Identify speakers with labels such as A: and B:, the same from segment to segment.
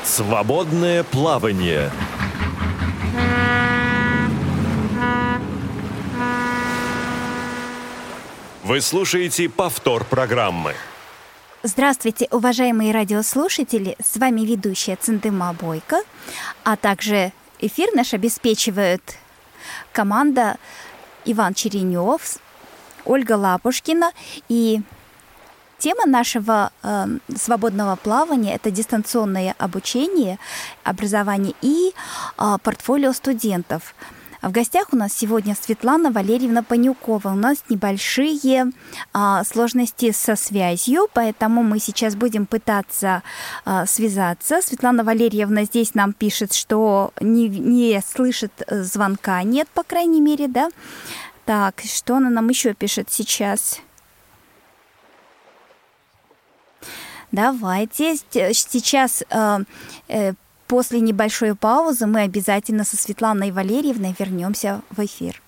A: Свободное плавание. Вы слушаете повтор программы.
B: Здравствуйте, уважаемые радиослушатели! С вами ведущая Центыма Бойко, а также эфир наш обеспечивает команда Иван Черенев, Ольга Лапушкина. И тема нашего свободного плавания – это дистанционное обучение, образование и портфолио студентов. В гостях у нас сегодня Светлана Валерьевна Панюкова. У нас небольшие сложности со связью, поэтому мы сейчас будем пытаться связаться. Светлана Валерьевна здесь нам пишет, что не слышит звонка. Нет, по крайней мере, да? Так, что она нам еще пишет сейчас? Давайте сейчас... После небольшой паузы мы обязательно со Светланой Валерьевной вернемся в эфир.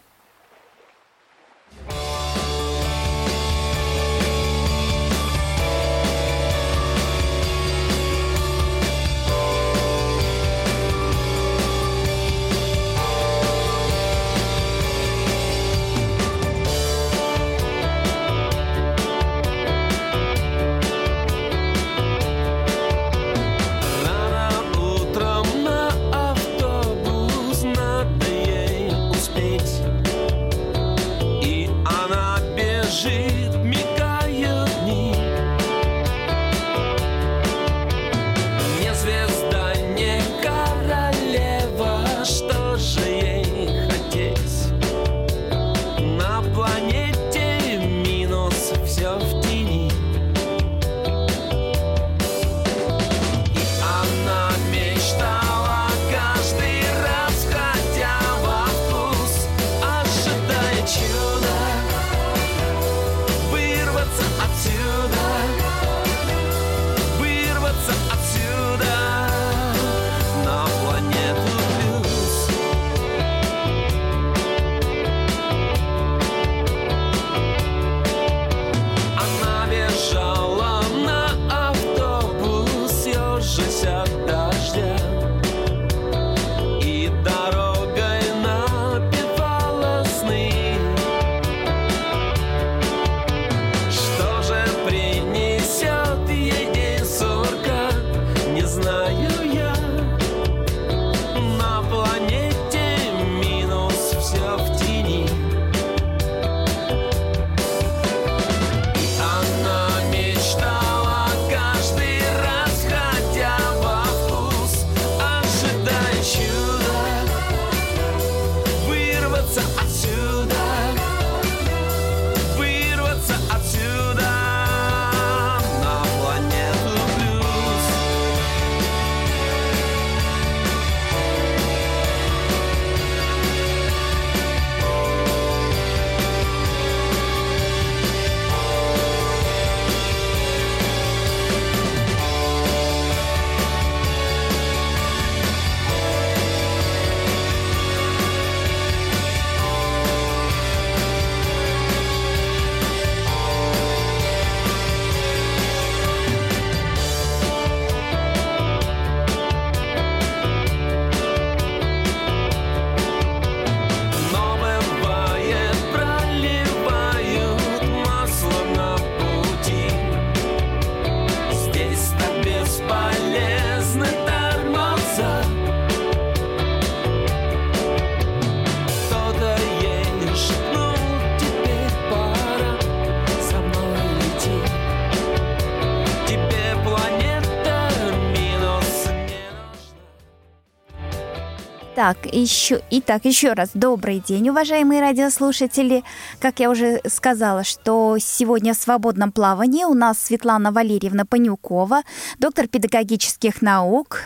B: Итак, еще раз добрый день, уважаемые радиослушатели. Как я уже сказала, что сегодня в свободном плавании у нас Светлана Валерьевна Панюкова, доктор педагогических наук,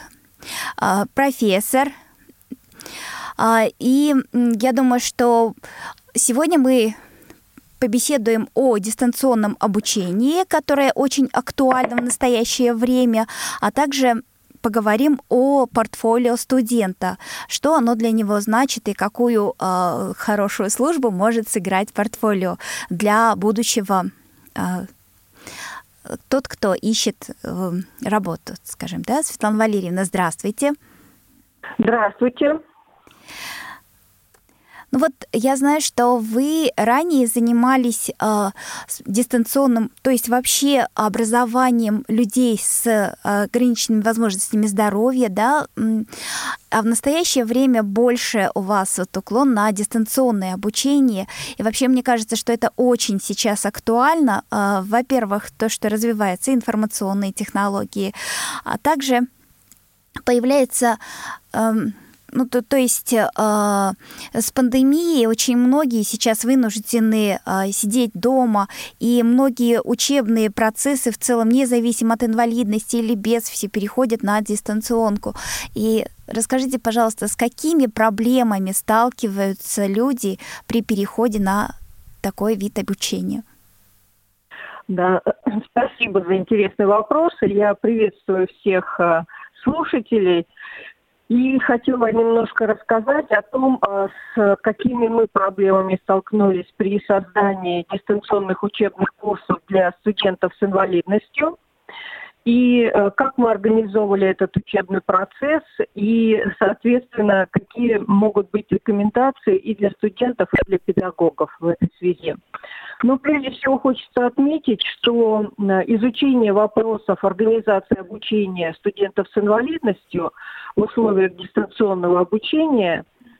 B: профессор. И я думаю, что сегодня мы побеседуем о дистанционном обучении, которое очень актуально в настоящее время, а также поговорим о портфолио студента, что оно для него значит и какую хорошую службу может сыграть портфолио для будущего тот, кто ищет работу, скажем, да? Светлана Валерьевна, здравствуйте.
C: Здравствуйте.
B: Ну вот я знаю, что вы ранее занимались дистанционным, то есть вообще образованием людей с ограниченными возможностями здоровья, да, а в настоящее время больше у вас вот уклон на дистанционное обучение. И вообще мне кажется, что это очень сейчас актуально. Во-первых, то, что развиваются информационные технологии, а также появляется... То есть с пандемией очень многие сейчас вынуждены сидеть дома, и многие учебные процессы в целом, независимо от инвалидности или без, все переходят на дистанционку. И расскажите, пожалуйста, с какими проблемами сталкиваются люди при переходе на такой вид обучения?
C: Да, спасибо за интересный вопрос. Я приветствую всех слушателей. И хотела немножко рассказать о том, с какими мы проблемами столкнулись при создании дистанционных учебных курсов для студентов с инвалидностью, и как мы организовывали этот учебный процесс, и, соответственно, какие могут быть рекомендации и для студентов, и для педагогов в этой связи. Но прежде всего хочется отметить, что изучение вопросов организации обучения студентов с инвалидностью в условиях дистанционного обучения,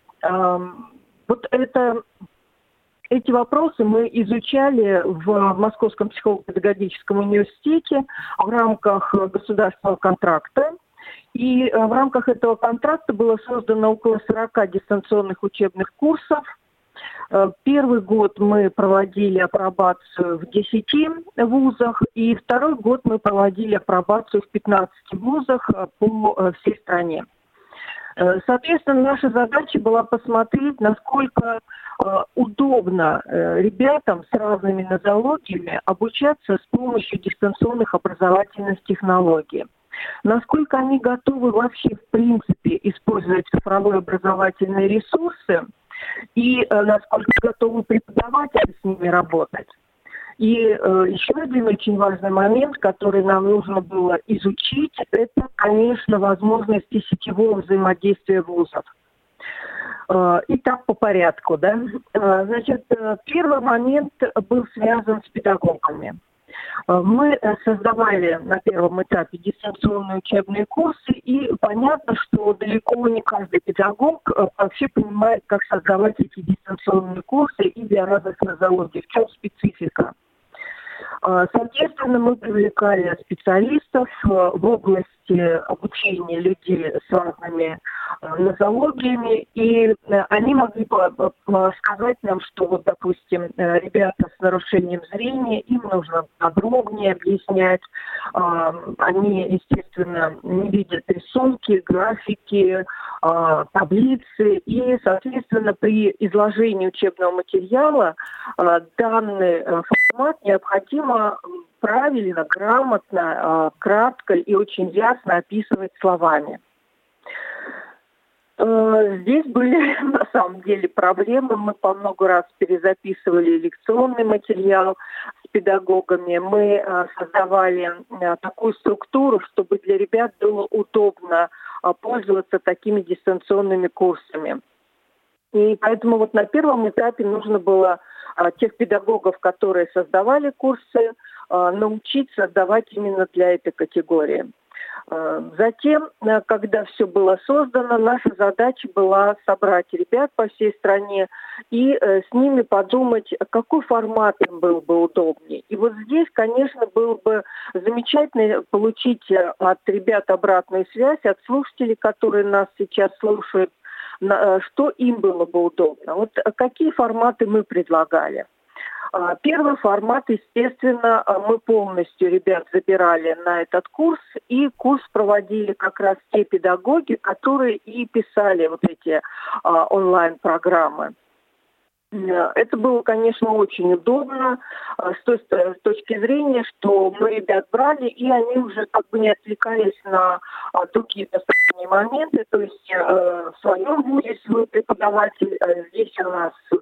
C: эти вопросы мы изучали в Московском психолого-педагогическом университете в рамках государственного контракта. И в рамках этого контракта было создано около 40 дистанционных учебных курсов. Первый год мы проводили апробацию в 10 вузах, и второй год мы проводили апробацию в 15 вузах по всей стране. Соответственно, наша задача была посмотреть, насколько удобно ребятам с разными нозологиями обучаться с помощью дистанционных образовательных технологий. Насколько они готовы вообще, в принципе, использовать цифровые образовательные ресурсы, и насколько готовы преподаватели с ними работать. И еще один очень важный момент, который нам нужно было изучить, это, конечно, возможности сетевого взаимодействия вузов. Итак, по порядку, да. Значит, первый момент был связан с педагогами. Мы создавали на первом этапе дистанционные учебные курсы, и понятно, что далеко не каждый педагог вообще понимает, как создавать эти дистанционные курсы и для разных нозологий, в чем специфика. Соответственно, мы привлекали специалистов в области обучения людей с разными нозологиями, и они могли сказать нам, что, вот, допустим, ребята с нарушением зрения, им нужно подробнее объяснять. Они, естественно, не видят рисунки, графики, таблицы, и, соответственно, при изложении учебного материала данный формат необходимо правильно, грамотно, кратко и очень ясно описывать словами. Здесь были на самом деле проблемы. Мы по много раз перезаписывали лекционный материал с педагогами. Мы создавали такую структуру, чтобы для ребят было удобно пользоваться такими дистанционными курсами. И поэтому вот на первом этапе нужно было тех педагогов, которые создавали курсы, научить создавать именно для этой категории. Затем, когда все было создано, наша задача была собрать ребят по всей стране и с ними подумать, какой формат им был бы удобнее. И вот здесь, конечно, было бы замечательно получить от ребят обратную связь, от слушателей, которые нас сейчас слушают, что им было бы удобно. Вот какие форматы мы предлагали. Первый формат, естественно, мы полностью ребят забирали на этот курс, и курс проводили как раз те педагоги, которые и писали вот эти онлайн-программы. Это было, конечно, очень удобно с точки зрения, что мы ребят брали, и они уже как бы не отвлекались на другие достаточные моменты. То есть в своем вузе свой преподаватель, здесь у нас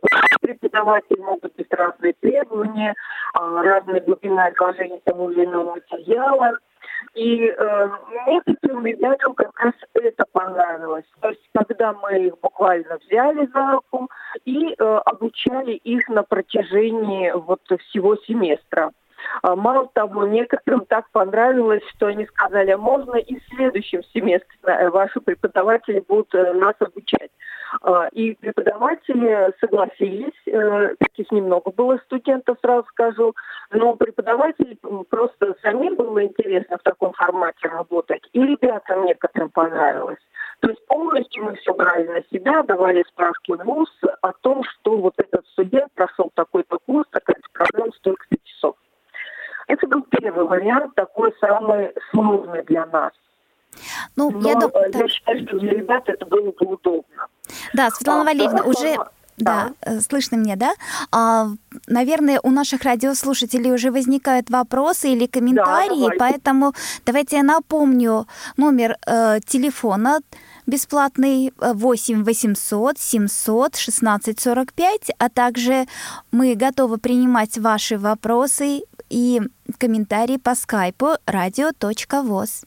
C: преподавателей могут быть разные требования, разная глубина изложения того или иного материала. И некоторым ребятам как раз это понравилось. То есть когда мы их буквально взяли за руку и обучали их на протяжении вот всего семестра. Мало того, некоторым так понравилось, что они сказали, а можно и в следующем семестре ваши преподаватели будут нас обучать. И преподаватели согласились, таких немного было студентов, сразу скажу, но преподаватели просто самим было интересно в таком формате работать, и ребятам некоторым понравилось. То есть полностью мы все брали на себя, давали справки в ВУЗ о том, что вот этот студент прошел такой-то курс, такая-то программа, столько-то часов. Это был первый вариант, такой самый сложный для нас.
B: Ну,
C: но я считаю, что для ребят это было бы удобно.
B: Да, Светлана Валерьевна, уже... Да, слышно мне, да? Наверное, у наших радиослушателей уже возникают вопросы или комментарии,
C: да,
B: поэтому давайте я напомню номер телефона бесплатный 8 800 700 16 45, а также мы готовы принимать ваши вопросы и комментарии по скайпу radio.voz.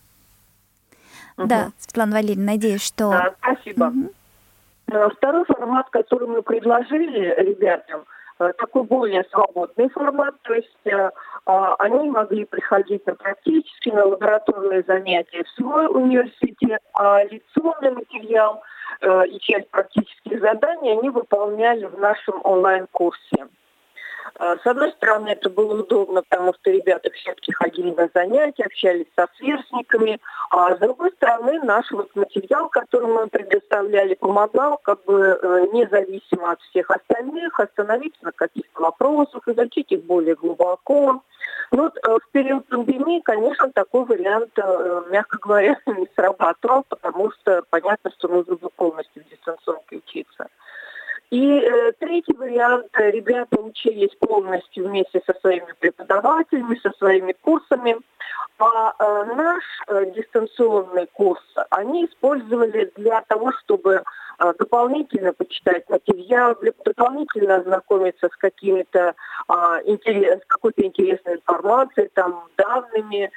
B: Да, Светлана Валерьевна, надеюсь, что...
C: Да, спасибо. Второй формат, который мы предложили ребятам, такой более свободный формат, то есть они могли приходить на практические, на лабораторные занятия в свой университет, а лекционный материал и часть практических заданий они выполняли в нашем онлайн-курсе. С одной стороны, это было удобно, потому что ребята все-таки ходили на занятия, общались со сверстниками, а с другой стороны, наш вот материал, который мы предоставляли, помогал как бы независимо от всех остальных остановиться на каких-то вопросах, изучить их более глубоко. Ну, вот в период пандемии, конечно, такой вариант, мягко говоря, не срабатывал, потому что понятно, что нужно было полностью в дистанционке учиться. И третий вариант. Ребята учились полностью вместе со своими преподавателями, со своими курсами. А наш дистанционный курс они использовали для того, чтобы дополнительно почитать материал, дополнительно ознакомиться с какими-то с какой-то интересной информацией, там, данными.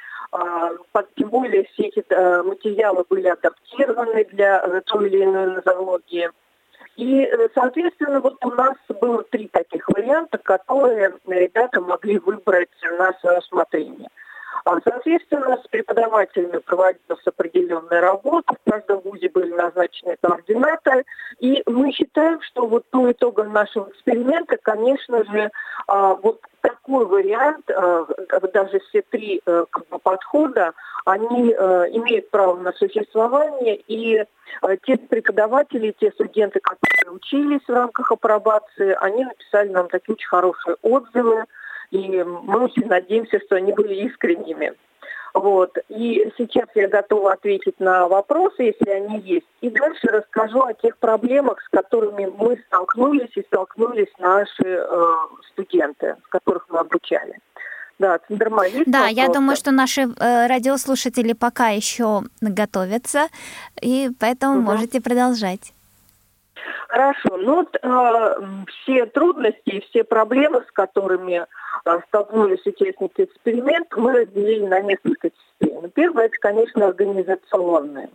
C: Тем более все эти материалы были адаптированы для той или иной нозологии. И, соответственно, вот у нас было 3 таких варианта, которые ребята могли выбрать на свое усмотрение. Соответственно, с преподавателями проводилась определенная работа, в каждом вузе были назначены координаторы, и мы считаем, что вот по итогам нашего эксперимента, конечно же, вот такой вариант, даже все 3 подхода, они имеют право на существование, и те преподаватели, те студенты, которые учились в рамках апробации, они написали нам такие очень хорошие отзывы, и мы очень надеемся, что они были искренними. Вот. И сейчас я готова ответить на вопросы, если они есть. И дальше расскажу о тех проблемах, с которыми мы столкнулись наши студенты, которых мы обучали. Да, Цендерма, есть
B: Да,
C: вопросы?
B: Я думаю, что наши радиослушатели пока еще готовятся, и поэтому можете продолжать.
C: Хорошо. Ну вот все трудности и все проблемы, с которыми столкнулись участники эксперимента, мы разделили на несколько частей. Первое, это, конечно, организационное.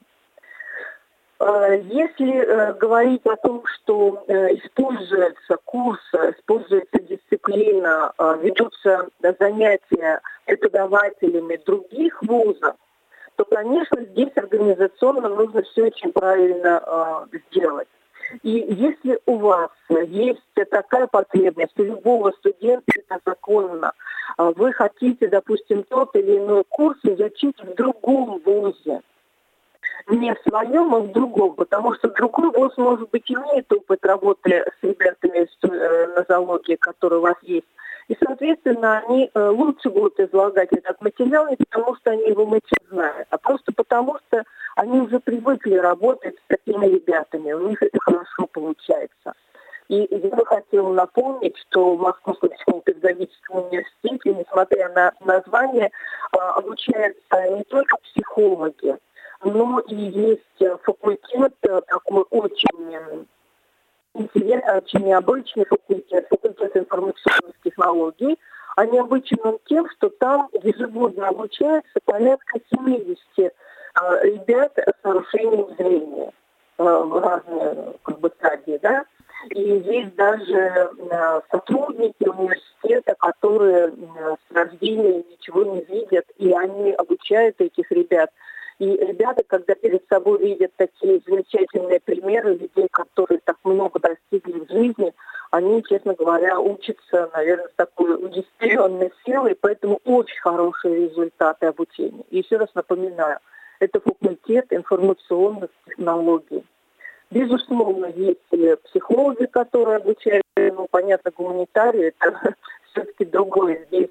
C: Если говорить о том, что используется курс, используется дисциплина, ведутся занятия преподавателями других вузов, то, конечно, здесь организационно нужно все очень правильно сделать. И если у вас есть такая потребность, у любого студента это законно, вы хотите, допустим, тот или иной курс изучить в другом вузе, не в своем, а в другом, потому что другой вуз, может быть, имеет опыт работы с ребятами из нозологии, которые у вас есть. И, соответственно, они лучше будут излагать этот материал не потому, что они его лучше знают, а просто потому, что они уже привыкли работать с такими ребятами, у них это хорошо получается. И я бы хотела напомнить, что в Московском психолого-педагогическом университете, несмотря на название, обучаются не только психологи, но и есть факультет такой очень очень необычный факультет информационных технологий. А необычен он тем, что там ежегодно обучается порядка 70 ребят с нарушением зрения в разные стадии, да. И есть даже сотрудники университета, которые с рождения ничего не видят, и они обучают этих ребят. И ребята, когда перед собой видят такие замечательные примеры людей, которые так много достигли в жизни, они, честно говоря, учатся, наверное, с такой удестеренной силой, поэтому очень хорошие результаты обучения. И еще раз напоминаю, это факультет информационных технологий. Безусловно, есть психологи, которые обучают, понятно, гуманитарии, это все-таки другое. Здесь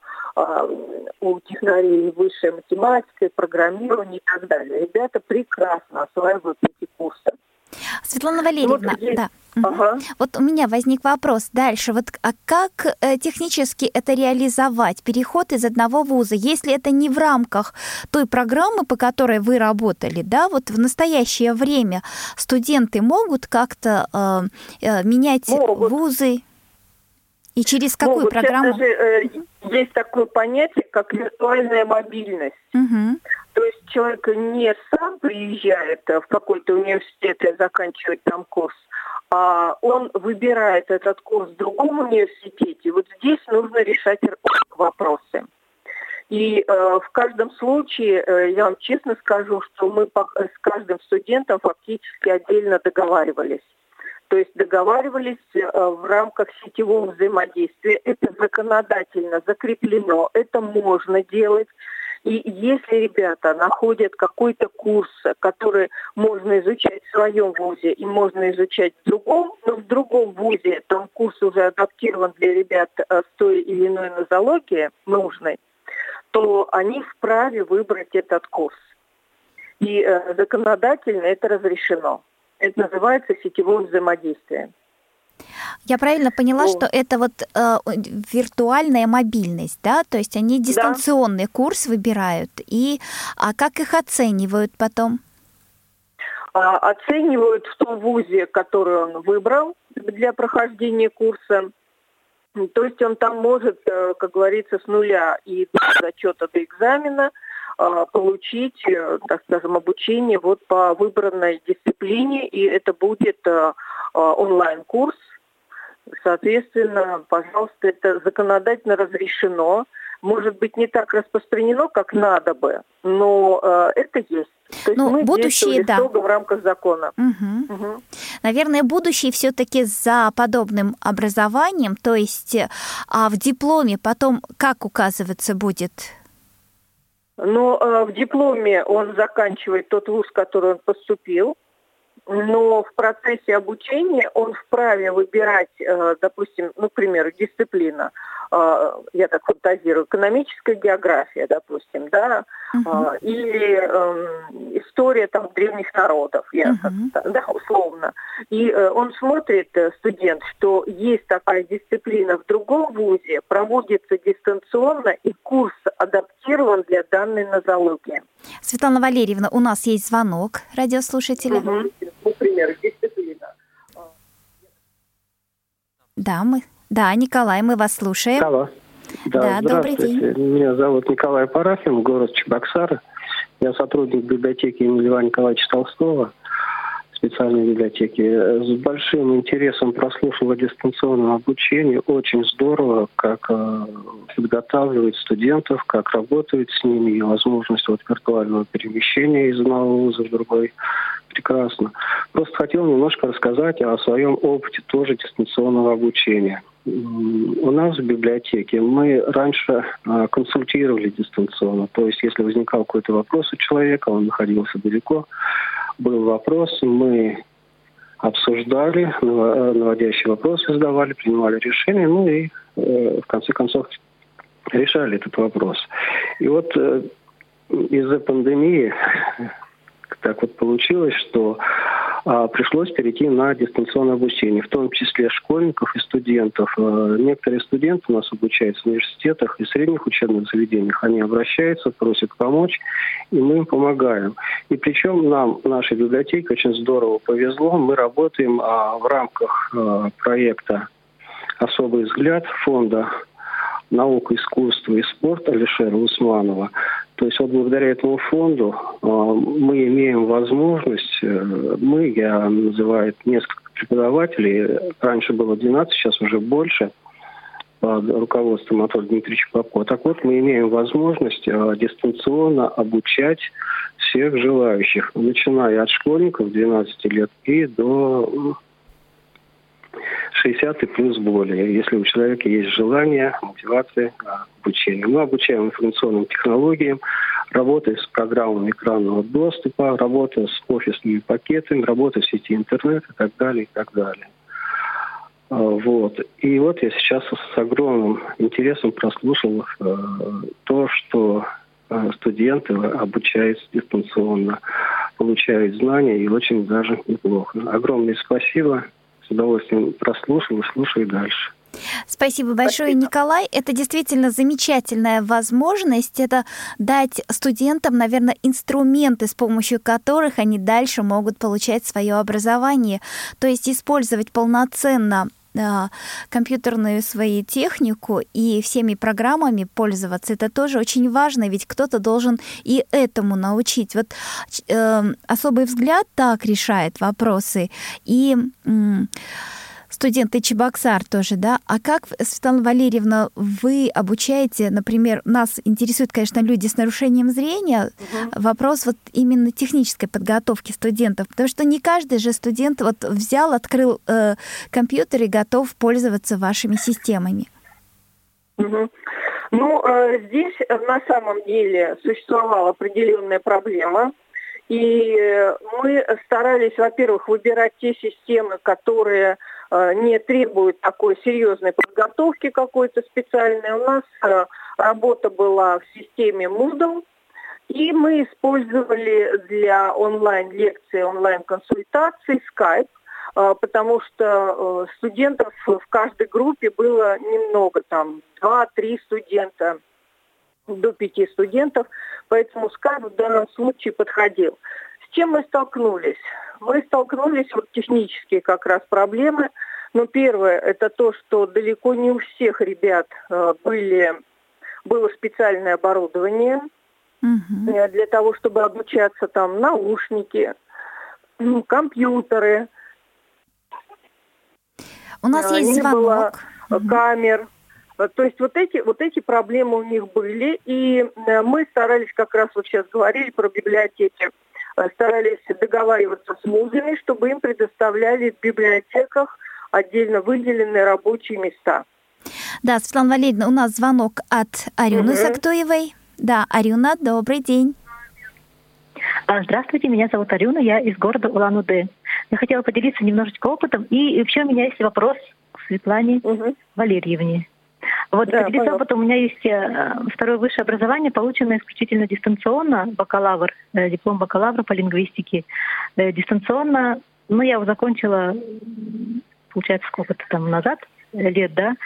C: у технарей высшая математика, программирование и так далее. Ребята прекрасно осваивают эти курсы.
B: Светлана Валерьевна, да.
C: Ага.
B: Вот у меня возник вопрос дальше. А как технически это реализовать? Переход из одного вуза, если это не в рамках той программы, по которой вы работали, да, вот в настоящее время студенты могут как-то менять вузы? И через какую программу?
C: Даже, есть такое понятие, как виртуальная мобильность.
B: Угу.
C: То есть человек не сам приезжает в какой-то университет и заканчивает там курс, а он выбирает этот курс в другом университете. Вот здесь нужно решать вопросы. И в каждом случае, я вам честно скажу, что мы с каждым студентом фактически отдельно договаривались. То есть договаривались в рамках сетевого взаимодействия. Это законодательно закреплено, это можно делать. И если ребята находят какой-то курс, который можно изучать в своем вузе и можно изучать в другом, но в другом вузе там курс уже адаптирован для ребят с той или иной нозологией нужной, то они вправе выбрать этот курс. И законодательно это разрешено. Это называется сетевое взаимодействие.
B: Я правильно поняла, что это вот виртуальная мобильность, да? То есть они дистанционный курс выбирают, а как их оценивают потом?
C: Оценивают в том вузе, который он выбрал для прохождения курса. То есть он там может, как говорится, с нуля и до зачета, до экзамена получить, так скажем, обучение вот по выбранной дисциплине, и это будет онлайн-курс. Соответственно, пожалуйста, это законодательно разрешено. Может быть, не так распространено, как надо бы, но это есть. То есть мы
B: будущее, да,
C: строго в рамках закона.
B: Угу. Наверное, будущее все-таки за подобным образованием, то есть в дипломе потом как указываться будет?
C: В дипломе он заканчивает тот вуз, в который он поступил, но в процессе обучения он вправе выбирать, допустим, к примеру, дисциплина, я так фантазирую, экономическая география, допустим, да, или история там древних народов, условно. И он смотрит, студент, что есть такая дисциплина в другом вузе, проводится дистанционно, и курс адаптирован для данной нозологии.
B: Светлана Валерьевна, у нас есть звонок радиослушателя.
C: Например, дисциплина.
B: Да, Николай, мы вас слушаем.
D: Алло. Да,
B: добрый день.
D: Меня зовут Николай Парафин, город Чебоксары. Я сотрудник библиотеки имени Льва Николаевича Толстого, специальной библиотеки. С большим интересом прослушал о дистанционном обучении. Очень здорово, как подготавливают студентов, как работают с ними, и возможность виртуального перемещения из одного вуза в другой. Прекрасно. Просто хотел немножко рассказать о своем опыте тоже дистанционного обучения. У нас в библиотеке мы раньше консультировали дистанционно. То есть, если возникал какой-то вопрос у человека, он находился далеко, был вопрос, мы обсуждали, наводящие вопросы задавали, принимали решения, и в конце концов решали этот вопрос. И вот из-за пандемии так вот получилось, что пришлось перейти на дистанционное обучение, в том числе школьников и студентов. Некоторые студенты у нас обучаются в университетах и средних учебных заведениях. Они обращаются, просят помочь, и мы им помогаем. И причем нам, нашей библиотеке, очень здорово повезло. Мы работаем в рамках проекта «Особый взгляд» фонда «Наука, искусство и спорт» Алишера Усманова. То есть вот благодаря этому фонду мы имеем возможность, я называю несколько преподавателей, раньше было 12, сейчас уже больше, под руководством Анатолия Дмитриевича Попова. Так вот, мы имеем возможность дистанционно обучать всех желающих, начиная от школьников 12 лет и до 60 и плюс более, если у человека есть желание, мотивация к обучению. Мы обучаем информационным технологиям, работая с программами экранного доступа, работая с офисными пакетами, работая в сети интернет и так далее, и так далее. Вот. И вот я сейчас с огромным интересом прослушал то, что студенты обучаются дистанционно, получают знания и очень даже неплохо. Огромное спасибо. С удовольствием прослушал и слушаю дальше.
B: Спасибо большое, Николай. Это действительно замечательная возможность. Это дать студентам, наверное, инструменты, с помощью которых они дальше могут получать свое образование. То есть использовать полноценно компьютерную свою технику и всеми программами пользоваться. Это тоже очень важно, ведь кто-то должен и этому научить. Вот особый взгляд так решает вопросы. И студенты Чебоксар тоже, да? А как, Светлана Валерьевна, вы обучаете, например, нас интересуют, конечно, люди с нарушением зрения, вопрос вот именно технической подготовки студентов, потому что не каждый же студент вот взял, открыл компьютер и готов пользоваться вашими системами.
C: Ну, здесь на самом деле существовала определенная проблема. И мы старались, во-первых, выбирать те системы, которые не требуют такой серьезной подготовки какой-то специальной. У нас работа была в системе Moodle, и мы использовали для онлайн-лекций, онлайн-консультаций Skype, потому что студентов в каждой группе было немного, там 2-3 студента, до 5 студентов, поэтому Skype в данном случае подходил. С чем мы столкнулись? Мы столкнулись вот технические как раз проблемы. Но первое, это то, что далеко не у всех ребят было специальное оборудование для того, чтобы обучаться, там наушники, компьютеры.
B: У нас есть звонок.
C: Не было камер. То есть вот эти проблемы у них были, и мы старались, как раз вот сейчас говорили про библиотеки, старались договариваться с вузами, чтобы им предоставляли в библиотеках отдельно выделенные рабочие места.
B: Да, Светлана Валерьевна, у нас звонок от Арюны Сактуевой. Да, Арюна, добрый день.
E: Здравствуйте, меня зовут Арюна, я из города Улан-Удэ. Я хотела поделиться немножечко опытом, и вообще у меня есть вопрос к Светлане Валерьевне. Вот, да, поделиться опытом, у меня есть второе высшее образование, полученное исключительно дистанционно, бакалавр, диплом бакалавра по лингвистике. Дистанционно, я его закончила, получается, сколько-то там назад, лет, да.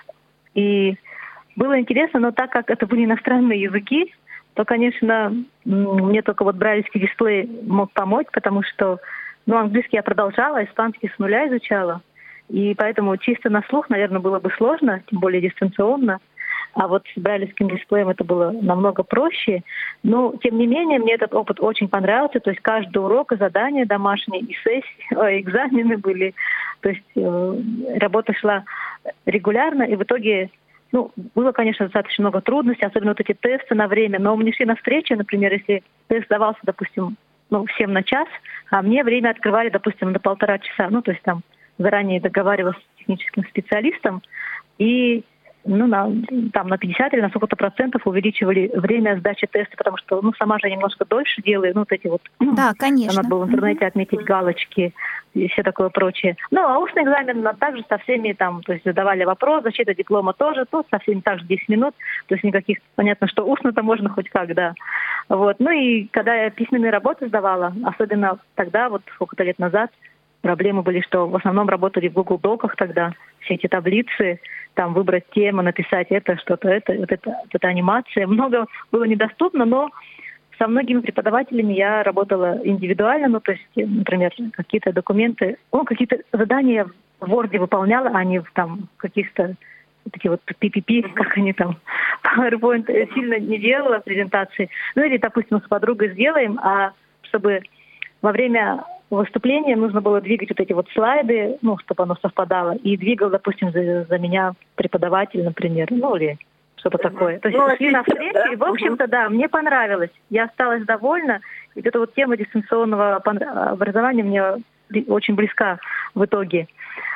E: И было интересно, но так как это были иностранные языки, то, конечно, мне только вот брайлевский дисплей мог помочь, потому что, английский я продолжала, испанский с нуля изучала. И поэтому чисто на слух, наверное, было бы сложно, тем более дистанционно. А вот с брайлевским дисплеем это было намного проще. Но, тем не менее, мне этот опыт очень понравился. То есть каждый урок и задания домашние, и сессии, экзамены были. То есть работа шла регулярно, и в итоге, было, конечно, достаточно много трудностей, особенно вот эти тесты на время. Но мы не шли навстречу, например, если тест давался, допустим, всем на час, а мне время открывали, допустим, на 1,5 часа. То есть там заранее договаривалась с техническим специалистом, и на 50 или на сколько-то процентов увеличивали время сдачи теста, потому что сама же немножко дольше делаю, вот эти вот.
B: Да, конечно.
E: Надо было в интернете отметить галочки и все такое прочее. А устный экзамен также со всеми то есть задавали вопрос, защита диплома тоже, со всеми также 10 минут, то есть никаких, понятно, что устно-то можно хоть как, да. Вот. И когда я письменные работы сдавала, особенно тогда, вот сколько-то лет назад, проблемы были, что в основном работали в Google Доках тогда, все эти таблицы, там выбрать тему, написать это, что-то это, вот это анимация. Много было недоступно, но со многими преподавателями я работала индивидуально, ну, то есть, например, какие-то документы, какие-то задания в Word выполняла, а не в там каких-то такие вот PPP, как они там, PowerPoint сильно не делала презентации. Ну, или, допустим, с подругой сделаем, а чтобы во время выступления нужно было двигать вот эти вот слайды, ну, чтобы оно совпадало, и двигал, допустим, за меня преподаватель, например, ну, или что-то такое. То есть шли навстречу, да? И, в общем-то, да, мне понравилось. Я осталась довольна. И эта вот тема дистанционного образования мне очень близка в итоге.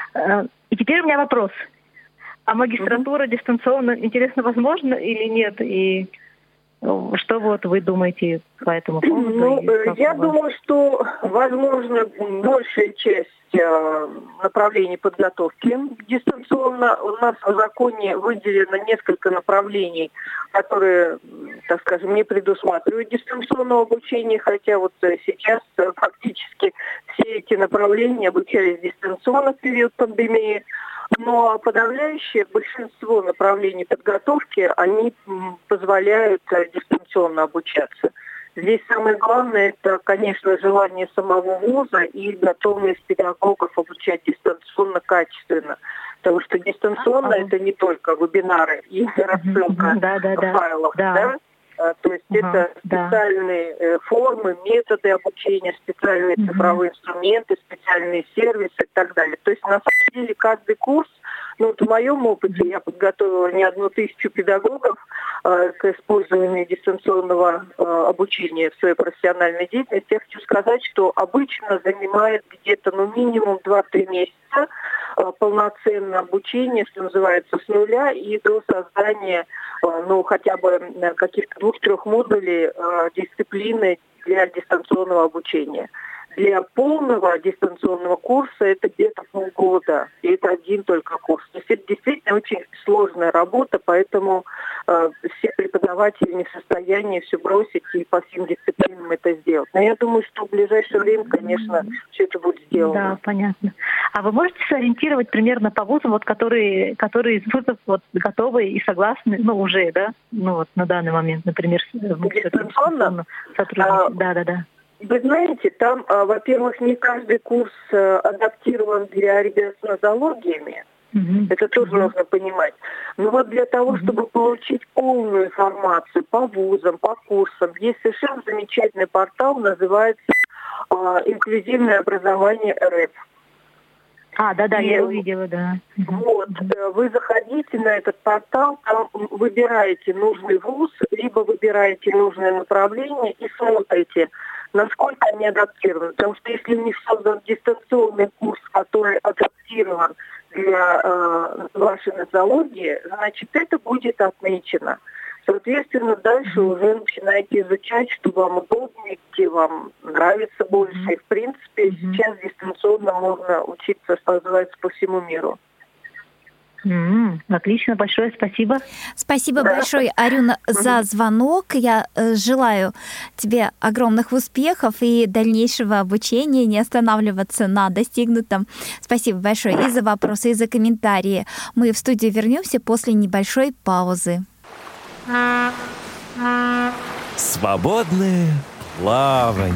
E: И теперь у меня вопрос. А магистратура дистанционно, интересно, возможно или нет? И что вот вы думаете по этому поводу?
C: Я думаю, что возможно большая часть направлений подготовки дистанционно. У нас в законе выделено несколько направлений, которые, так скажем, не предусматривают дистанционного обучения, хотя вот сейчас фактически все эти направления обучались дистанционно в период пандемии. Но подавляющее большинство направлений подготовки, они позволяют дистанционно обучаться. Здесь самое главное, это, конечно, желание самого вуза и готовность педагогов обучать дистанционно качественно. Потому что дистанционно это не только вебинары и рассылка файлов, да? То есть это специальные формы, методы обучения, специальные цифровые инструменты, специальные сервисы и так далее. То есть на самом деле каждый курс, ну вот в моем опыте я подготовила не 1000 педагогов к использованию дистанционного обучения в своей профессиональной деятельности. Я хочу сказать, что обычно занимает где-то минимум 2-3 месяца полноценное обучение, что называется, с нуля и до создания хотя бы каких-то 2-3 модулей дисциплины для дистанционного обучения. Для полного дистанционного курса это где-то полгода, и это один только курс. То есть это действительно очень сложная работа, поэтому все преподаватели не в состоянии все бросить и по всем дисциплинам это сделать. Но я думаю, что в ближайшее время, конечно, все это будет сделано.
E: Да, понятно. А вы можете сориентировать примерно по вузам, вот, которые из вузов вот, готовы и согласны, уже, да, на данный момент, например,
C: дистанционно
E: сотрудничать? Да.
C: Вы знаете, там, во-первых, не каждый курс адаптирован для ребят с нозологиями. Это тоже нужно понимать. Но вот для того, чтобы получить полную информацию по вузам, по курсам, есть совершенно замечательный портал, называется «Инклюзивное образование РФ».
E: Я увидела, да.
C: Вот, вы заходите на этот портал, там выбираете нужный вуз, либо выбираете нужное направление и смотрите, насколько они адаптированы. Потому что если у них создан дистанционный курс, который адаптирован для вашей нозологии, значит, это будет отмечено. Соответственно, дальше уже начинаете изучать, что вам удобнее, где вам нравится больше. И, в принципе, сейчас дистанционно можно учиться, что называется, по всему миру.
E: Отлично, большое спасибо.
B: Спасибо большое, Арюна, за звонок. Я желаю тебе огромных успехов и дальнейшего обучения, не останавливаться на достигнутом. Спасибо большое и за вопросы, и за комментарии. Мы в студию вернемся после небольшой паузы.
A: Свободное плавание.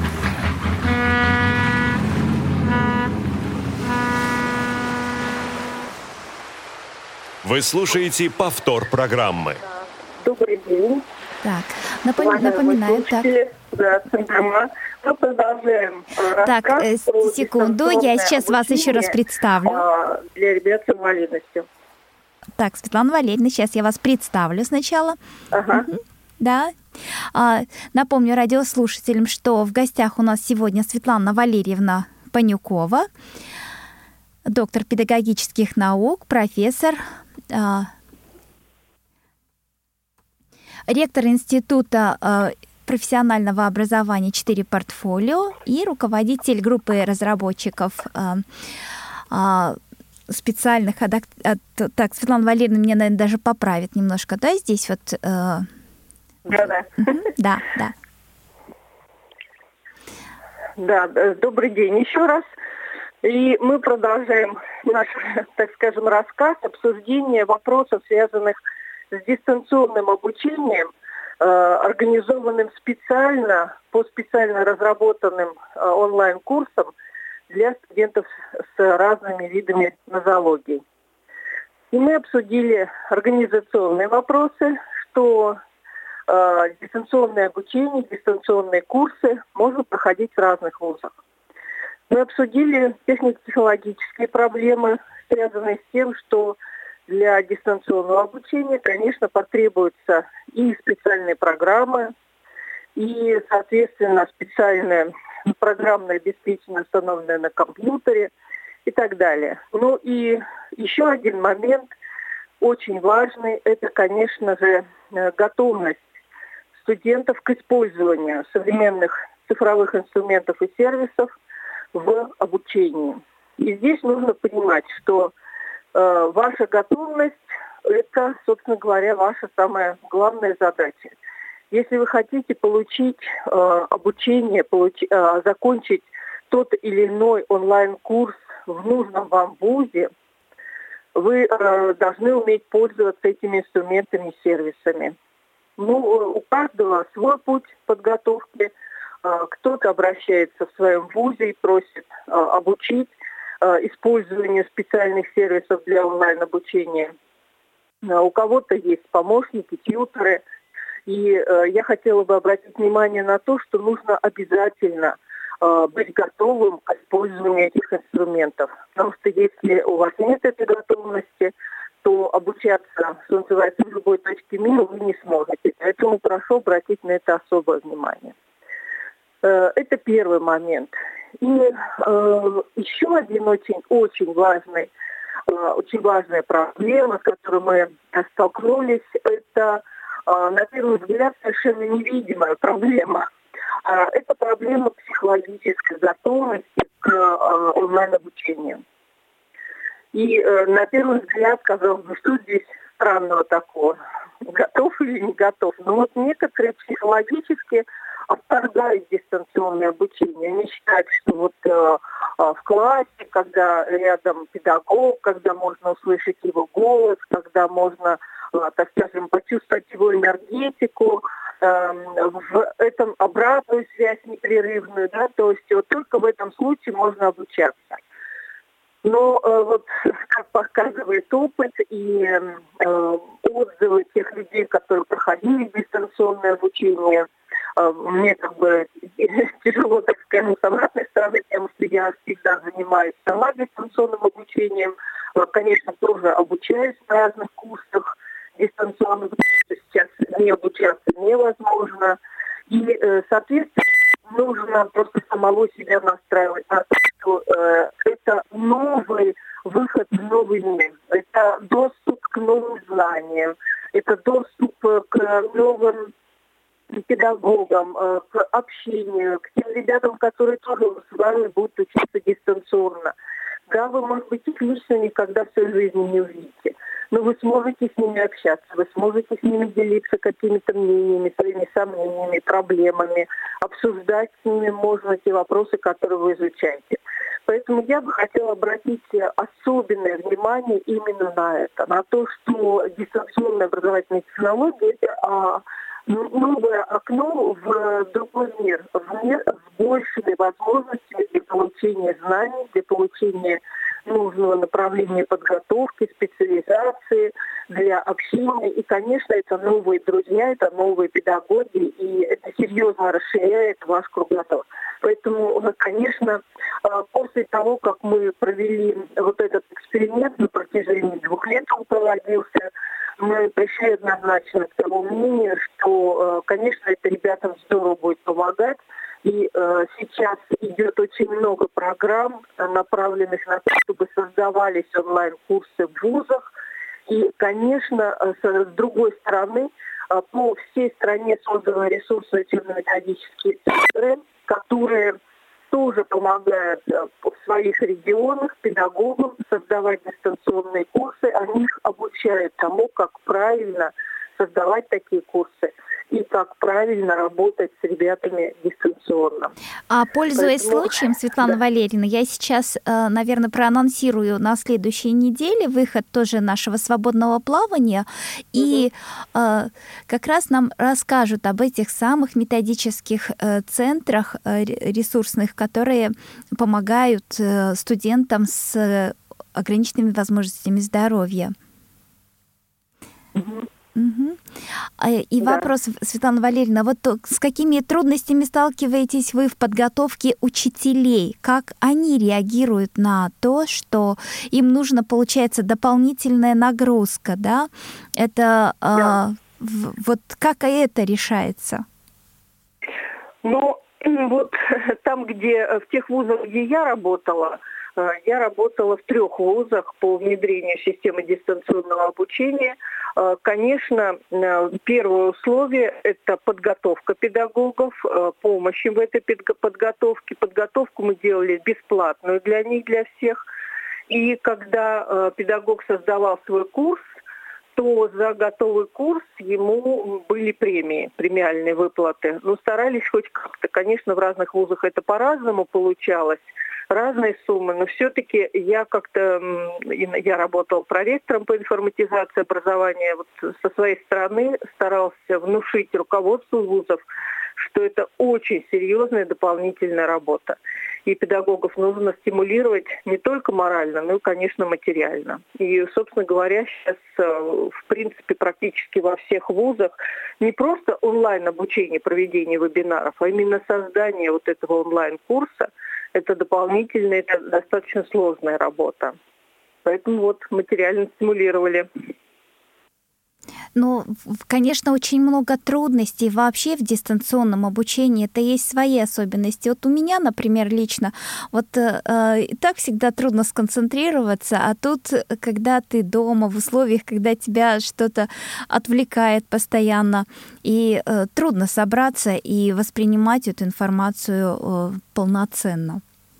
A: Вы слушаете повтор программы.
C: Добрый день.
B: Так, напоминаю, так.
C: Мы продолжаем
B: так, секунду, я сейчас вас еще раз представлю.
C: Для ребят с инвалидностью.
B: Так, Светлана Валерьевна, сейчас я вас представлю сначала. Да. Напомню радиослушателям, что в гостях у нас сегодня Светлана Валерьевна Панюкова, доктор педагогических наук, профессор, ректор Института профессионального образования 4 портфолио и руководитель группы разработчиков специальных... Так, Светлана Валерьевна меня, наверное, даже поправит немножко, да, здесь вот... Да.
C: Да, добрый день еще раз. И мы продолжаем наш, так скажем, рассказ, обсуждение вопросов, связанных с дистанционным обучением. организованным специально по специально разработанным онлайн-курсам для студентов с разными видами нозологии. И мы обсудили организационные вопросы, что дистанционное обучение, дистанционные курсы можно проходить в разных вузах. Мы обсудили технико-психологические проблемы, связанные с тем, что для дистанционного обучения, конечно, потребуются и специальные программы, и, соответственно, специальное программное обеспечение, установленное на компьютере и так далее. Ну и еще один момент очень важный, это, конечно же, готовность студентов к использованию современных цифровых инструментов и сервисов в обучении. И здесь нужно понимать, что ваша готовность – это, собственно говоря, ваша самая главная задача. Если вы хотите получить обучение, закончить тот или иной онлайн-курс в нужном вам вузе, вы должны уметь пользоваться этими инструментами и сервисами. Ну, у каждого свой путь подготовки. Кто-то обращается в своем вузе и просит обучить использованию специальных сервисов для онлайн-обучения. У кого-то есть помощники, тьюторы. И я хотела бы обратить внимание на то, что нужно обязательно быть готовым к использованию этих инструментов. Потому что если у вас нет этой готовности, то обучаться, что называется, в любой точке мира вы не сможете. Поэтому прошу обратить на это особое внимание. Это первый момент. И еще один очень важная проблема, с которой мы столкнулись, это, на первый взгляд, совершенно невидимая проблема. Это проблема психологической готовности к онлайн-обучению. И на первый взгляд, казалось бы, что здесь странного такого? Готов или не готов? Но вот некоторые психологически отторгают дистанционное обучение. Они считают, что вот в классе, когда рядом педагог, когда можно услышать его голос, когда можно, так скажем, почувствовать его энергетику, в этом обратную связь непрерывную, да, то есть вот только в этом случае можно обучаться. Но вот как показывает опыт и отзывы тех людей, которые проходили дистанционное обучение, мне как бы тяжело, так скажем, с обратной стороны, потому что я всегда занимаюсь сама дистанционным обучением. Конечно, тоже обучаюсь на разных курсах дистанционных, сейчас не обучаться невозможно. И, соответственно, нужно просто самого себя настраивать на то, что это новый выход в новый мир. Это доступ к новым знаниям, это доступ к новым педагогам, к общению, к тем ребятам, которые тоже с вами будут учиться дистанционно. Да, вы, может быть, их лично никогда в своей жизни не увидите, но вы сможете с ними общаться, вы сможете с ними делиться какими-то мнениями, своими сомнениями, проблемами, обсуждать с ними можно те вопросы, которые вы изучаете. Поэтому я бы хотела обратить особенное внимание именно на это, на то, что дистанционная образовательная технология – это новое окно в другой мир, в мир с большими возможностями для получения знаний, для получения нужного направления подготовки, специализации, для общения. И, конечно, это новые друзья, это новые педагоги, и это серьезно расширяет ваш кругозор. Поэтому, конечно, после того, как мы провели вот этот эксперимент, на протяжении 2 лет он проводился, мы пришли однозначно к тому мнению, что, конечно, это ребятам здорово будет помогать. И сейчас идет очень много программ, направленных на то, чтобы создавались онлайн-курсы в вузах. И, конечно, с другой стороны, по всей стране созданы ресурсы учебно-методические центры, которые тоже помогают в своих регионах педагогам создавать дистанционные курсы. Они их обучают тому, как правильно создавать такие курсы. и как правильно работать с ребятами дистанционно.
B: А пользуясь случаем, Светлана Валерьевна, я сейчас, наверное, проанонсирую на следующей неделе выход тоже нашего свободного плавания, и как раз нам расскажут об этих самых методических центрах ресурсных, которые помогают студентам с ограниченными возможностями здоровья. И вопрос, Светлана Валерьевна, вот с какими трудностями сталкиваетесь вы в подготовке учителей? Как они реагируют на то, что им нужно, получается, дополнительная нагрузка, да? Это вот как это решается?
C: Ну, вот там, где в тех вузах, где я работала в 3 вузах по внедрению системы дистанционного обучения. Конечно, первое условие – это подготовка педагогов, помощь им в этой подготовке. Подготовку мы делали бесплатную для них, для всех. И когда педагог создавал свой курс, то за готовый курс ему были премии, премиальные выплаты. Но старались хоть как-то. Конечно, в разных вузах это по-разному получалось. Разные суммы, но все-таки я работала проректором по информатизации образования, вот со своей стороны старался внушить руководству вузов, что это очень серьезная дополнительная работа. И педагогов нужно стимулировать не только морально, но и, конечно, материально. И, собственно говоря, сейчас, в принципе, практически во всех вузах не просто онлайн-обучение, проведение вебинаров, а именно создание вот этого онлайн-курса. Это дополнительная, это достаточно сложная работа. Поэтому вот материально стимулировали.
B: Ну, конечно, очень много трудностей вообще в дистанционном обучении. Это есть свои особенности. Вот у меня, например, лично, вот и так всегда трудно сконцентрироваться, а тут, когда ты дома, в условиях, когда тебя что-то отвлекает постоянно, и трудно собраться и воспринимать эту информацию полноценно.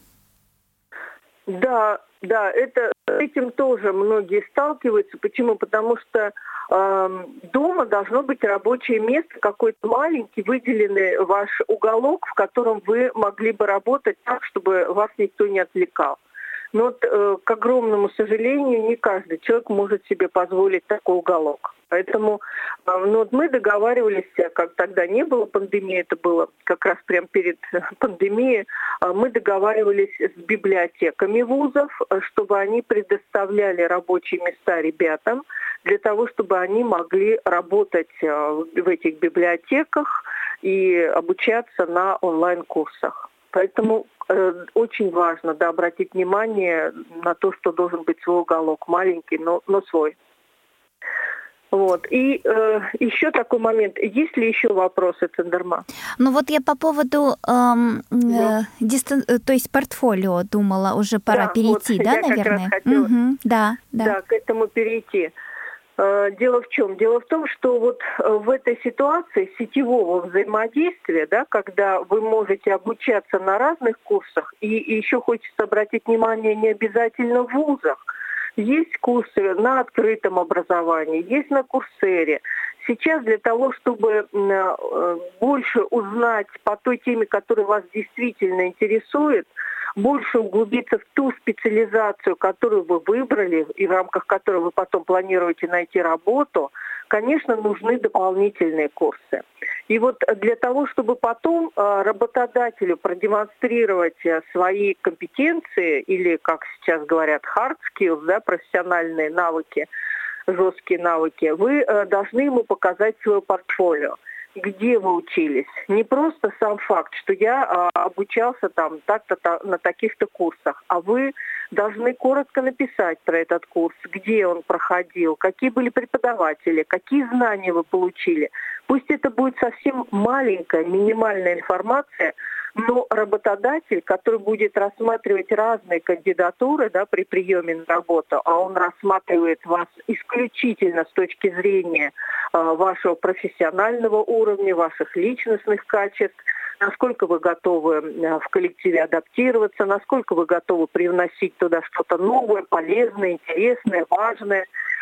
C: Да, с этим тоже многие сталкиваются. Почему? Потому что дома должно быть рабочее место, какой-то маленький, выделенный ваш уголок, в котором вы могли бы работать так, чтобы вас никто не отвлекал. Но вот, к огромному сожалению, не каждый человек может себе позволить такой уголок. Поэтому мы договаривались, как тогда не было пандемии, это было как раз прямо перед пандемией, мы договаривались с библиотеками вузов, чтобы они предоставляли рабочие места ребятам, для того, чтобы они могли работать в этих библиотеках и обучаться на онлайн-курсах. Поэтому очень важно обратить внимание на то, что должен быть свой уголок, маленький, но свой. Вот. И еще такой момент. Есть ли еще вопросы, Цендерма?
B: Ну вот я по поводу то есть портфолио думала, уже пора перейти,
C: вот,
B: да,
C: я
B: наверное?
C: Как раз хотела,
B: да,
C: к этому перейти. Дело в чем? Дело в том, что вот в этой ситуации сетевого взаимодействия, да, когда вы можете обучаться на разных курсах, и еще хочется обратить внимание, не обязательно в вузах. Есть курсы на открытом образовании, есть на Курсере. Сейчас для того, чтобы больше узнать по той теме, которая вас действительно интересует, больше углубиться в ту специализацию, которую вы выбрали и в рамках которой вы потом планируете найти работу, конечно, нужны дополнительные курсы. И вот для того, чтобы потом работодателю продемонстрировать свои компетенции или, как сейчас говорят, hard skills, да, профессиональные навыки, жесткие навыки, вы должны ему показать свое портфолио. Где вы учились. Не просто сам факт, что я обучался там так-то на таких-то курсах, а вы должны коротко написать про этот курс, где он проходил, какие были преподаватели, какие знания вы получили. Пусть это будет совсем маленькая, минимальная информация, но работодатель, который будет рассматривать разные кандидатуры, да, при приеме на работу, а он рассматривает вас исключительно с точки зрения вашего профессионального уровня, ваших личностных качеств, насколько вы готовы в коллективе адаптироваться, насколько вы готовы привносить туда что-то новое, полезное, интересное, важное.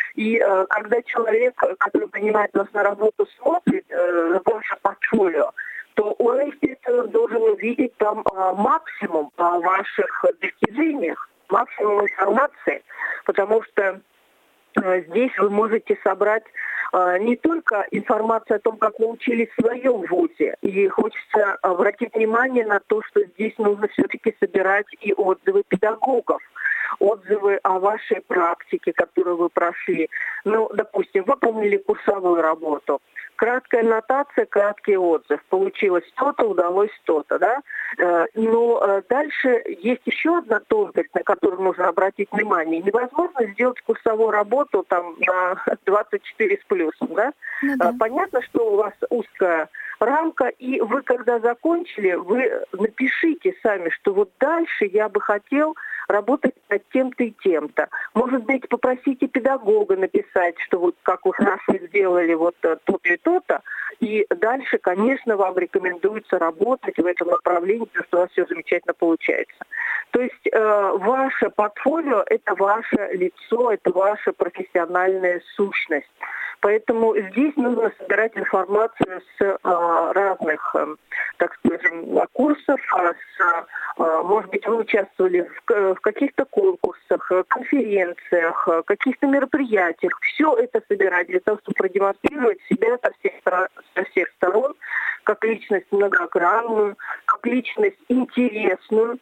C: И когда человек, который принимает вас на работу, смотрит ваше портфолио, то он, естественно, должен увидеть там максимум ваших достижениях, максимум информации, потому что здесь вы можете собрать не только информацию о том, как вы учились в своем вузе, и хочется обратить внимание на то, что здесь нужно все-таки собирать и отзывы педагогов, отзывы о вашей практике, которую вы прошли. Ну, допустим, выполнили курсовую работу. Краткая аннотация, краткий отзыв. Получилось то-то, удалось то-то, да? Но дальше есть еще одна тонкость, на которую нужно обратить внимание. Невозможно сделать курсовую работу там на 24 с плюсом, да? Ну, да. Понятно, что у вас узкая рамка, и вы, когда закончили, вы напишите сами, что вот дальше я бы хотел работать над тем-то и тем-то. Может быть, попросите педагога написать, что вот как вы хорошо сделали вот то-то и то-то, и дальше, конечно, вам рекомендуется работать в этом направлении, потому что у вас все замечательно получается. То есть ваше портфолио – это ваше лицо, это ваша профессиональная сущность. Поэтому здесь нужно собирать информацию с разных, так скажем, курсов, может быть, вы участвовали в каких-то конкурсах, конференциях, каких-то мероприятиях. Все это собирать для того, чтобы продемонстрировать себя со всех сторон, как личность многогранную, как личность интересную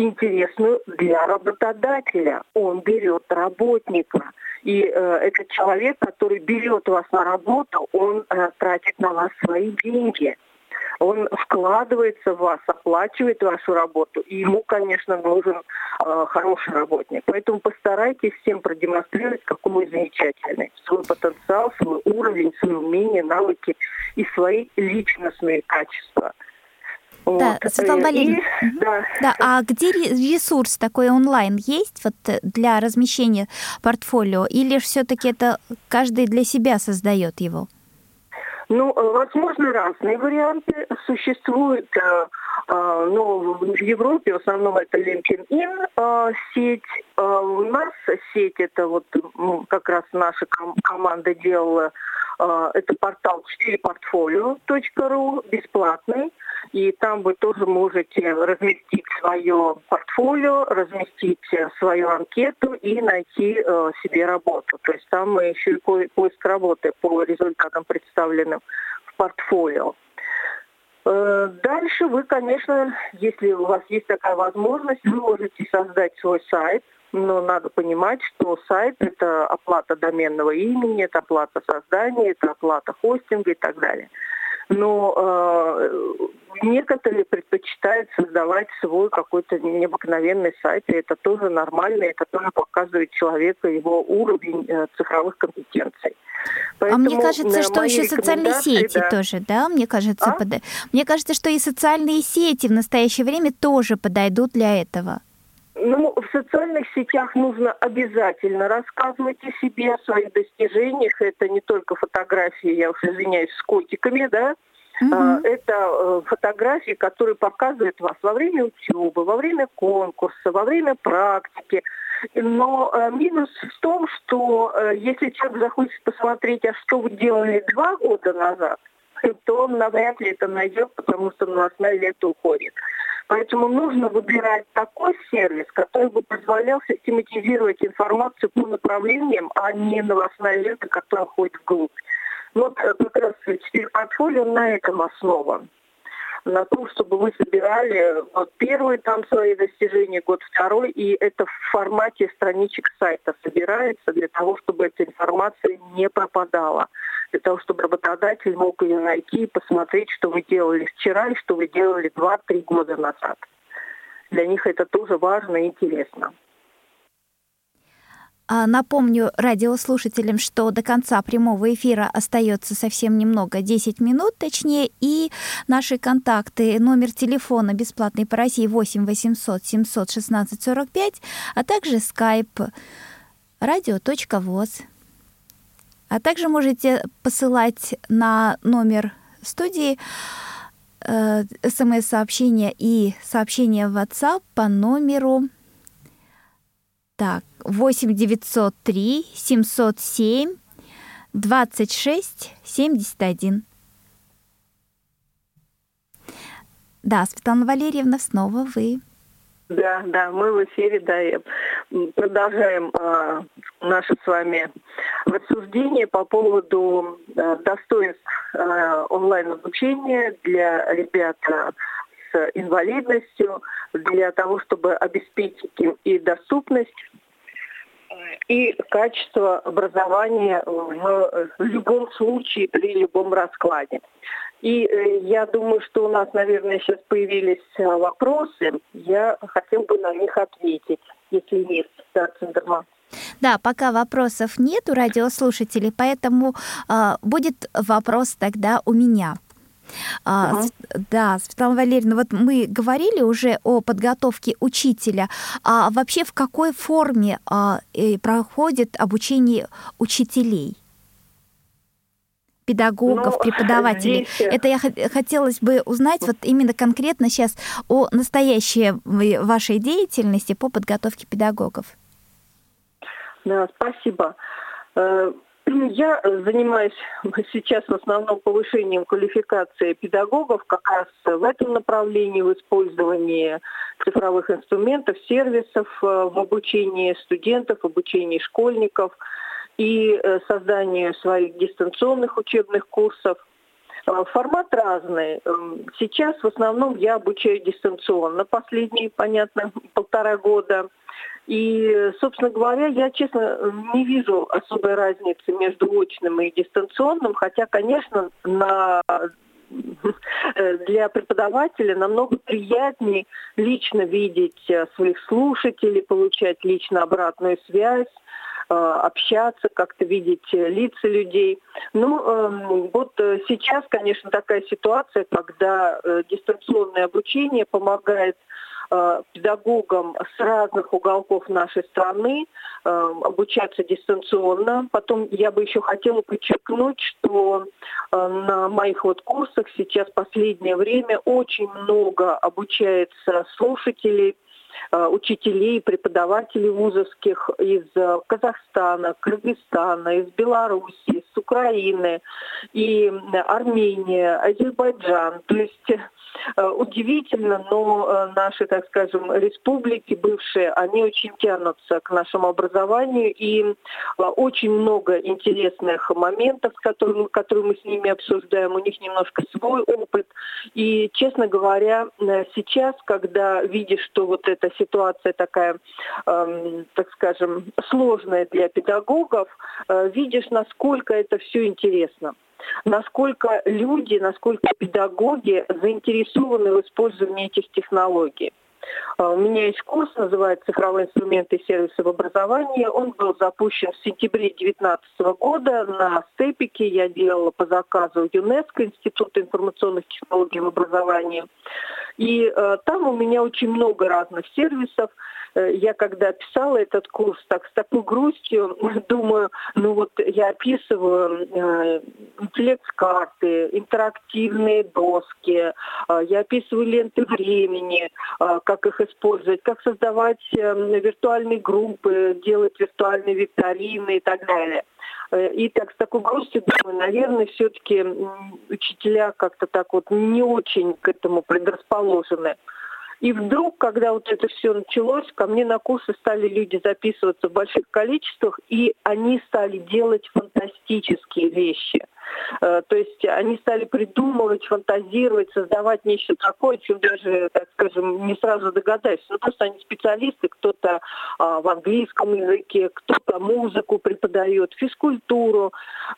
C: для работодателя. Он берет работника. И этот человек, который берет вас на работу, он тратит на вас свои деньги. Он вкладывается в вас, оплачивает вашу работу, и ему, конечно, нужен хороший работник. Поэтому постарайтесь всем продемонстрировать, какой вы замечательный. Свой потенциал, свой уровень, свои умения, навыки и свои личностные качества.
B: Да, вот. Светлана Валерьевна, да, а где ресурс такой онлайн есть вот для размещения портфолио, или все-таки это каждый для себя создает его?
C: Ну, возможно, разные варианты существуют. В Европе в основном это LinkedIn сеть. У нас сеть это вот как раз наша команда делала. Это портал 4portfolio.ru, бесплатный. И там вы тоже можете разместить свое портфолио, разместить свою анкету и найти себе работу. То есть там еще и поиск работы по результатам, представленным в портфолио. Дальше вы, конечно, если у вас есть такая возможность, вы можете создать свой сайт. Но надо понимать, что сайт – это оплата доменного имени, это оплата создания, это оплата хостинга и так далее. Но некоторые предпочитают создавать свой какой-то необыкновенный сайт, и это тоже нормально, это тоже показывает человека, его уровень цифровых компетенций.
B: Поэтому мне кажется, что еще социальные сети тоже, да? Мне кажется, мне кажется, что и социальные сети в настоящее время тоже подойдут для этого.
C: Ну, в социальных сетях нужно обязательно рассказывать о себе, о своих достижениях. Это не только фотографии, я уж извиняюсь, с котиками, да? Это фотографии, которые показывают вас во время учебы, во время конкурса, во время практики. Но минус в том, что если человек захочет посмотреть, а что вы делали 2 года назад, то он навряд ли это найдет, потому что новостная лента уходит. Поэтому нужно выбирать такой сервис, который бы позволял систематизировать информацию по направлениям, а не новостная лента, которая ходит вглубь. Вот как раз 4portfolio на этом основан. На том, чтобы вы собирали год первый там свои достижения, год второй, и это в формате страничек сайта собирается для того, чтобы эта информация не пропадала. Для того, чтобы работодатель мог ее найти и посмотреть, что вы делали вчера и что вы делали 2-3 года назад. Для них это тоже важно и интересно.
B: Напомню радиослушателям, что до конца прямого эфира остается совсем немного, 10 минут точнее, и наши контакты, номер телефона бесплатный по России 8 800 716 45, а также skype radio.voz. А также можете посылать на номер студии смс-сообщения и сообщения в WhatsApp по номеру Так, 8 903 707 26 71. Да, Светлана Валерьевна, снова вы.
C: Да, мы в эфире, да, и продолжаем наше с вами рассуждение по поводу достоинств онлайн-обучения для ребят с инвалидностью, для того, чтобы обеспечить им и доступность, и качество образования в любом случае, при любом раскладе. И я думаю, что у нас, наверное, сейчас появились вопросы. Я хотела бы на них ответить, если есть, да, Цендерма.
B: Да, пока вопросов нет у радиослушателей, поэтому будет вопрос тогда у меня. Да, Светлана Валерьевна, вот мы говорили уже о подготовке учителя. А вообще в какой форме проходит обучение учителей? Педагогов, преподавателей. Здесь... Это я хотелось бы узнать вот именно конкретно сейчас о настоящей вашей деятельности по подготовке педагогов.
C: Да, спасибо. Я занимаюсь сейчас в основном повышением квалификации педагогов как раз в этом направлении, в использовании цифровых инструментов, сервисов, в обучении студентов, в обучении школьников и создании своих дистанционных учебных курсов. Формат разный. Сейчас в основном я обучаю дистанционно последние, понятно, 1,5 года. И, собственно говоря, я, честно, не вижу особой разницы между очным и дистанционным, хотя, конечно, для преподавателя намного приятнее лично видеть своих слушателей, получать лично обратную связь, общаться, как-то видеть лица людей. Ну, вот сейчас, конечно, такая ситуация, когда дистанционное обучение помогает педагогам с разных уголков нашей страны обучаться дистанционно. Потом я бы еще хотела подчеркнуть, что на моих вот курсах сейчас в последнее время очень много обучается слушателей, учителей, преподавателей вузовских из Казахстана, Кыргызстана, из Беларуси, с Украины, и Армения, Азербайджан. То есть удивительно, но наши, так скажем, республики бывшие, они очень тянутся к нашему образованию, и очень много интересных моментов, которые мы с ними обсуждаем, у них немножко свой опыт. И, честно говоря, сейчас, когда видишь, что вот эта ситуация такая, так скажем, сложная для педагогов, видишь, насколько это все интересно. Насколько люди, насколько педагоги заинтересованы в использовании этих технологий. У меня есть курс, называется «Цифровые инструменты и сервисы в образовании». Он был запущен в сентябре 2019 года на СТЭПике. Я делала по заказу ЮНЕСКО, Института информационных технологий в образовании. И там у меня очень много разных сервисов. Я когда писала этот курс, с такой грустью, думаю, ну вот я описываю интеллект-карты, интерактивные доски, я описываю ленты времени, как их использовать, как создавать виртуальные группы, делать виртуальные викторины и так далее. И так с такой грустью думаю, наверное, все-таки учителя как-то так вот не очень к этому предрасположены. И вдруг, когда вот это все началось, ко мне на курсы стали люди записываться в больших количествах, и они стали делать фантастические вещи. То есть они стали придумывать, фантазировать, создавать нечто такое, чем даже, так скажем, не сразу догадаешься. Ну, просто они специалисты, кто-то в английском языке, кто-то музыку преподает, физкультуру,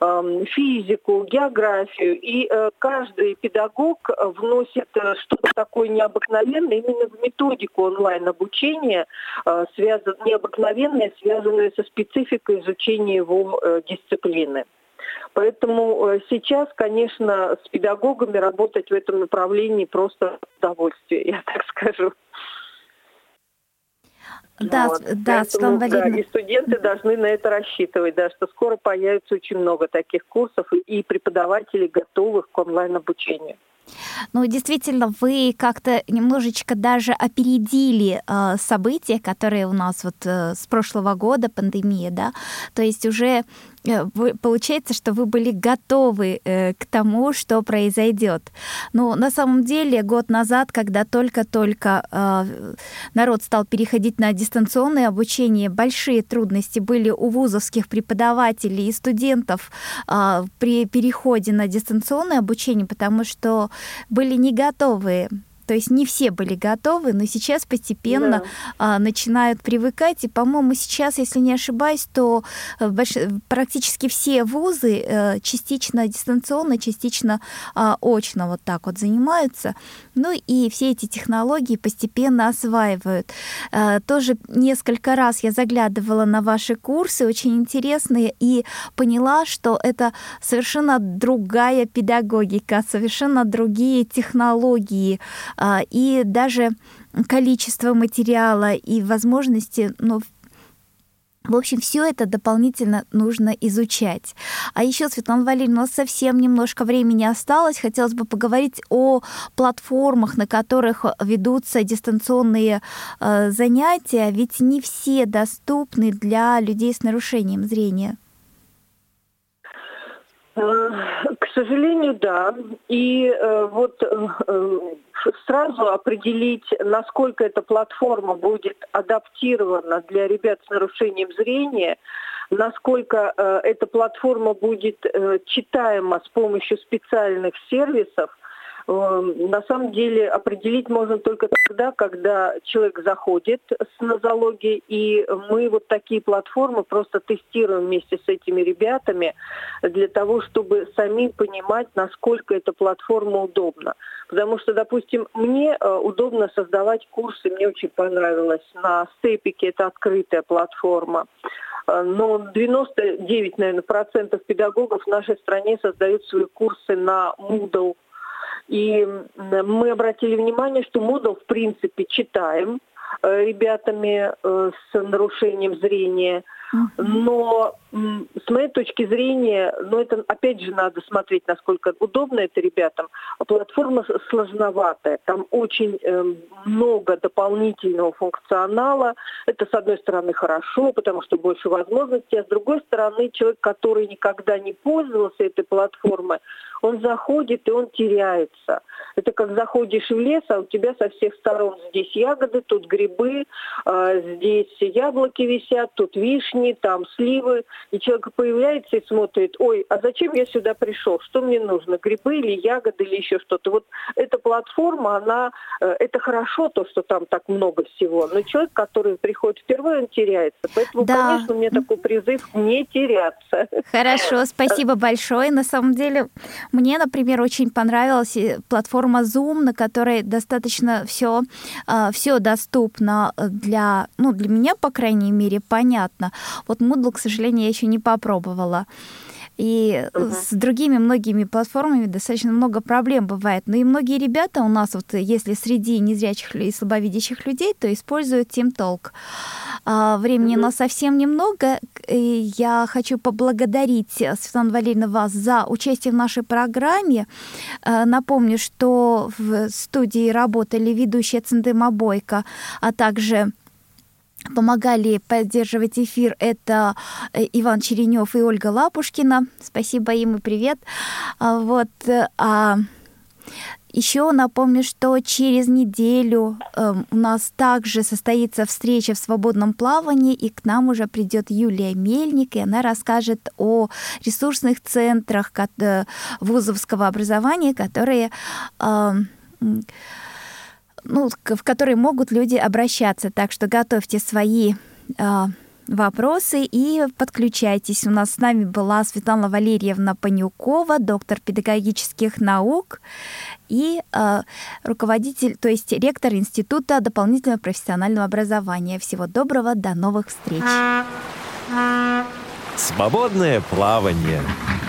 C: физику, географию. И каждый педагог вносит что-то такое необыкновенное именно в методику онлайн-обучения, необыкновенное, связанное со спецификой изучения его дисциплины. Поэтому сейчас, конечно, с педагогами работать в этом направлении просто удовольствие, я так скажу.
B: Да, вот. Да,
C: поэтому, да, и студенты должны на это рассчитывать, да, что скоро появится очень много таких курсов и преподавателей, готовых к онлайн-обучению.
B: Ну, действительно, вы как-то немножечко даже опередили события, которые у нас вот с прошлого года, пандемия, да, то есть уже получается, что вы были готовы к тому, что произойдет. Но на самом деле год назад, когда только-только народ стал переходить на дистанционное обучение, большие трудности были у вузовских преподавателей и студентов при переходе на дистанционное обучение, потому что были не готовы. То есть не все были готовы, но сейчас постепенно начинают привыкать. И, по-моему, сейчас, если не ошибаюсь, то практически все вузы частично дистанционно, частично очно вот так вот занимаются. Ну и все эти технологии постепенно осваивают. Тоже несколько раз я заглядывала на ваши курсы, очень интересные, и поняла, что это совершенно другая педагогика, совершенно другие технологии, и даже количество материала и возможности, ну, в общем, все это дополнительно нужно изучать. А еще, Светлана Валерьевна, у нас совсем немножко времени осталось. Хотелось бы поговорить о платформах, на которых ведутся дистанционные занятия, ведь не все доступны для людей с нарушением зрения.
C: К сожалению, да. И вот сразу определить, насколько эта платформа будет адаптирована для ребят с нарушением зрения, насколько эта платформа будет читаема с помощью специальных сервисов, на самом деле определить можно только тогда, когда человек заходит с нозологией, и мы вот такие платформы просто тестируем вместе с этими ребятами для того, чтобы сами понимать, насколько эта платформа удобна. Потому что, допустим, мне удобно создавать курсы, мне очень понравилось на Степике, это открытая платформа. Но 99, наверное, процентов педагогов в нашей стране создают свои курсы на Moodle. И мы обратили внимание, что Moodle, в принципе, читаем ребятами с нарушением зрения. Но с моей точки зрения, это опять же надо смотреть, насколько удобно это ребятам. Платформа сложноватая, там очень много дополнительного функционала. Это, с одной стороны, хорошо, потому что больше возможностей, а с другой стороны, человек, который никогда не пользовался этой платформой, он заходит и он теряется. Это как заходишь в лес, а у тебя со всех сторон здесь ягоды, тут грибы, здесь яблоки висят, тут вишни, там сливы. И человек появляется и смотрит: ой, а зачем я сюда пришел? Что мне нужно? Грибы или ягоды или еще что-то? Вот эта платформа, это хорошо, то, что там так много всего. Но человек, который приходит впервые, он теряется. Поэтому, конечно, у меня такой призыв не теряться.
B: Хорошо, спасибо большое. На самом деле, мне, например, очень понравилась платформа Zoom, на которой достаточно все доступно для меня, по крайней мере, понятно. Вот Moodle, к сожалению, я еще не попробовала. И с другими многими платформами достаточно много проблем бывает. Но и многие ребята у нас, вот если среди незрячих и слабовидящих людей, то используют TeamTalk. Времени у нас совсем немного. И я хочу поблагодарить, Светлана Валерьевна, вас за участие в нашей программе. Напомню, что в студии работали ведущая Центыма Бойко, а также помогали поддерживать эфир это Иван Черенев и Ольга Лапушкина. Спасибо им и привет. Еще напомню, что через неделю у нас также состоится встреча в свободном плавании, и к нам уже придет Юлия Мельник, и она расскажет о ресурсных центрах вузовского образования, которые в которые могут люди обращаться. Так что готовьте свои вопросы и подключайтесь. У нас с нами была Светлана Валерьевна Панюкова, доктор педагогических наук и руководитель, то есть ректор Института дополнительного профессионального образования. Всего доброго, до новых встреч.
A: Свободное плавание.